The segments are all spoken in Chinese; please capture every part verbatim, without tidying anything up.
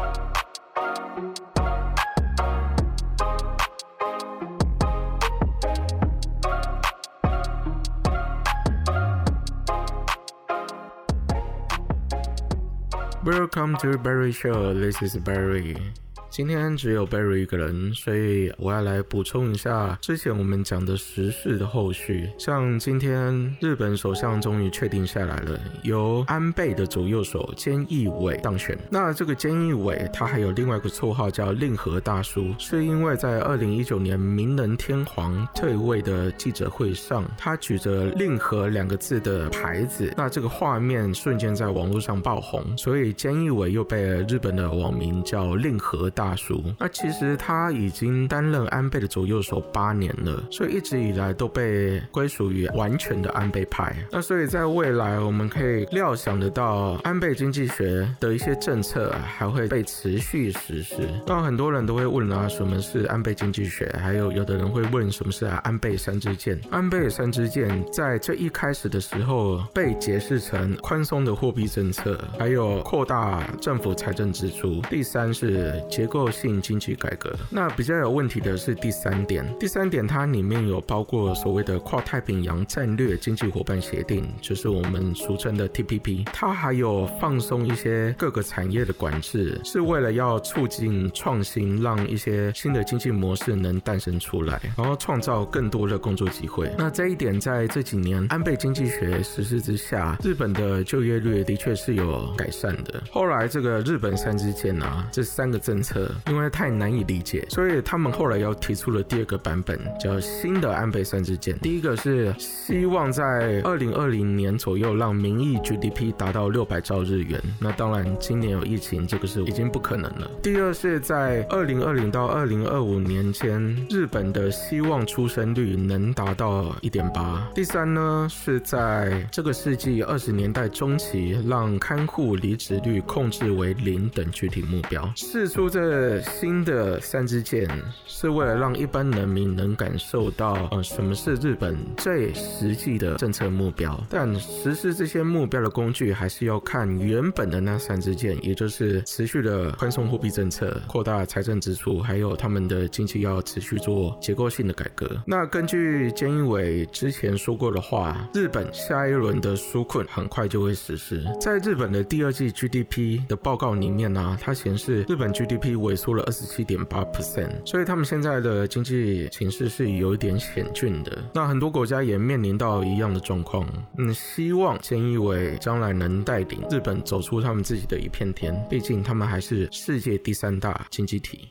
Welcome to Barry Show, this is Barry. 今天只有 Barry 一个人，所以我要来补充一下之前我们讲的时事的后续。像今天日本首相终于确定下来了，由安倍的左右手菅义伟当选。那这个菅义伟他还有另外一个绰号叫令和大叔，是因为在二零一九年明仁天皇退位的记者会上，他举着令和两个字的牌子，那这个画面瞬间在网络上爆红，所以菅义伟又被日本的网民叫令和大叔大叔。那其实他已经担任安倍的左右手八年了，所以一直以来都被归属于完全的安倍派。那所以在未来我们可以料想得到安倍经济学的一些政策还会被持续实施。那很多人都会问啊，什么是安倍经济学？还有有的人会问什么是安倍三支箭？安倍三支箭在这一开始的时候被解释成宽松的货币政策，还有扩大政府财政支出。第三是结构性经济改革。那比较有问题的是第三点，第三点它里面有包括所谓的跨太平洋战略经济伙伴协定，就是我们俗称的 T P P。 它还有放松一些各个产业的管制，是为了要促进创新，让一些新的经济模式能诞生出来，然后创造更多的工作机会。那这一点在这几年安倍经济学实施之下，日本的就业率的确是有改善的。后来这个日本三支箭啊，这三个政策因为太难以理解，所以他们后来又提出了第二个版本，叫新的安倍三支箭。第一个是希望在二零二零年左右让名义 G D P 达到六百兆日元，那当然今年有疫情，这个是已经不可能了。第二是在二零二零到二零二五年间，日本的希望出生率能达到 一点八。 第三呢，是在这个世纪二十年代中期让看护离职率控制为零等具体目标。释出这新的三支箭是为了让一般人民能感受到、呃、什么是日本最实际的政策目标，但实施这些目标的工具还是要看原本的那三支箭，也就是持续的宽松货币政策、扩大财政支出，还有他们的经济要持续做结构性的改革。那根据菅义伟之前说过的话，日本下一轮的纾困很快就会实施。在日本的第二季 G D P 的报告里面呢、啊，它显示日本 G D P 萎缩了 二十七点八 百分之百， 所以他们现在的经济形势是有一点险峻的。那很多国家也面临到一样的状况。嗯，希望菅义伟将来能带领日本走出他们自己的一片天，毕竟他们还是世界第三大经济体。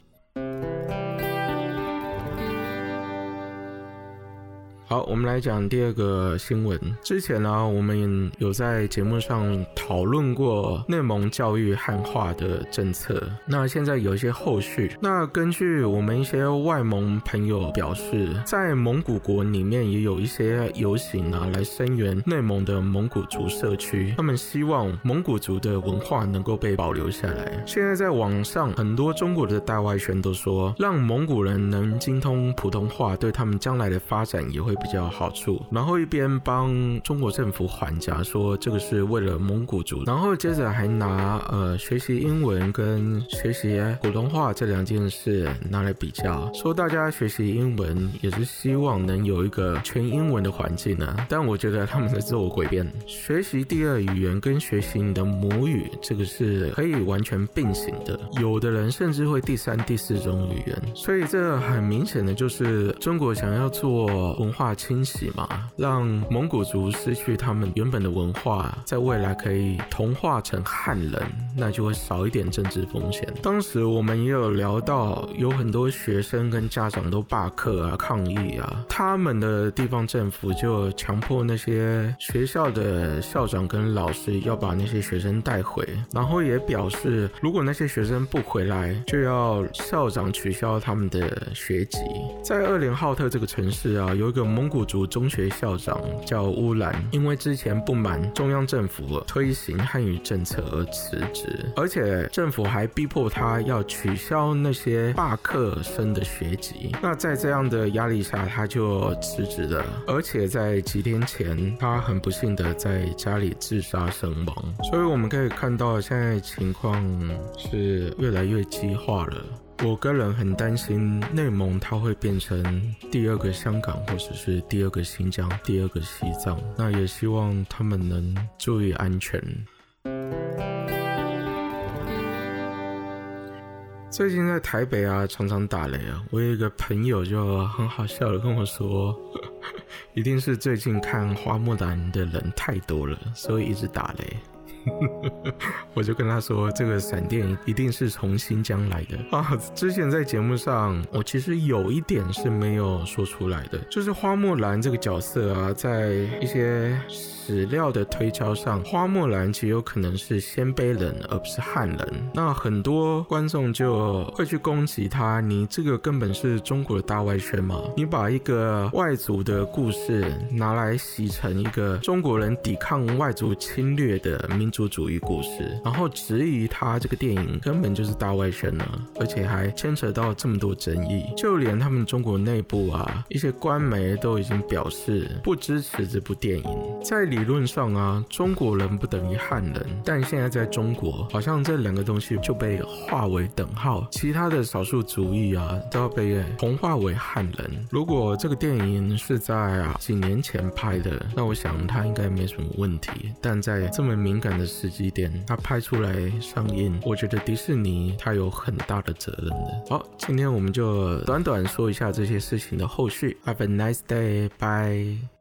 好，我们来讲第二个新闻。之前呢，我们有在节目上讨论过内蒙教育汉化的政策，那现在有一些后续。那根据我们一些外蒙朋友表示，在蒙古国里面也有一些游行啊，来声援内蒙的蒙古族社区，他们希望蒙古族的文化能够被保留下来。现在在网上很多中国的大外宣都说，让蒙古人能精通普通话，对他们将来的发展也会比较有好处，然后一边帮中国政府还价，说这个是为了蒙古族，然后接着还拿呃学习英文跟学习普通话这两件事拿来比较，说大家学习英文也是希望能有一个全英文的环境啊，但我觉得他们在自我诡辩。学习第二语言跟学习你的母语，这个是可以完全并行的，有的人甚至会第三第四种语言，所以这很明显的就是中国想要做文化清洗嘛，让蒙古族失去他们原本的文化，在未来可以同化成汉人，那就会少一点政治风险。当时我们也有聊到，有很多学生跟家长都罢课啊、抗议啊，他们的地方政府就强迫那些学校的校长跟老师要把那些学生带回，然后也表示如果那些学生不回来，就要校长取消他们的学籍。在鄂连浩特这个城市啊，有一个蒙蒙古族中学校长叫乌兰，因为之前不满中央政府推行汉语政策而辞职，而且政府还逼迫他要取消那些罢课生的学籍。那在这样的压力下，他就辞职了，而且在几天前，他很不幸的在家里自杀身亡。所以我们可以看到，现在情况是越来越激化了。我个人很担心内蒙它会变成第二个香港，或者是第二个新疆，第二个西藏。那也希望他们能注意安全。最近在台北啊，常常打雷啊。我有一个朋友就很好笑的跟我说，一定是最近看花木兰的人太多了，所以一直打雷。我就跟他说，这个闪电一定是从新疆来的啊！之前在节目上，我其实有一点是没有说出来的，就是花木兰这个角色啊，在一些史料的推敲上，花木兰极有可能是鲜卑人，而不是汉人。那很多观众就会去攻击他，你这个根本是中国的大外宣嘛？你把一个外族的故事拿来洗成一个中国人抵抗外族侵略的民族主义故事，然后质疑他这个电影根本就是大外宣呢，而且还牵扯到这么多争议，就连他们中国内部啊，一些官媒都已经表示不支持这部电影。在理论上啊，中国人不等于汉人，但现在在中国，好像这两个东西就被划为等号，其他的少数族裔啊，都要被同化为汉人。如果这个电影是在啊几年前拍的，那我想它应该没什么问题，但在这么敏感的时机点，它拍出来上映，我觉得迪士尼它有很大的责任的。好，今天我们就短短说一下这些事情的后续。Have a nice day, bye.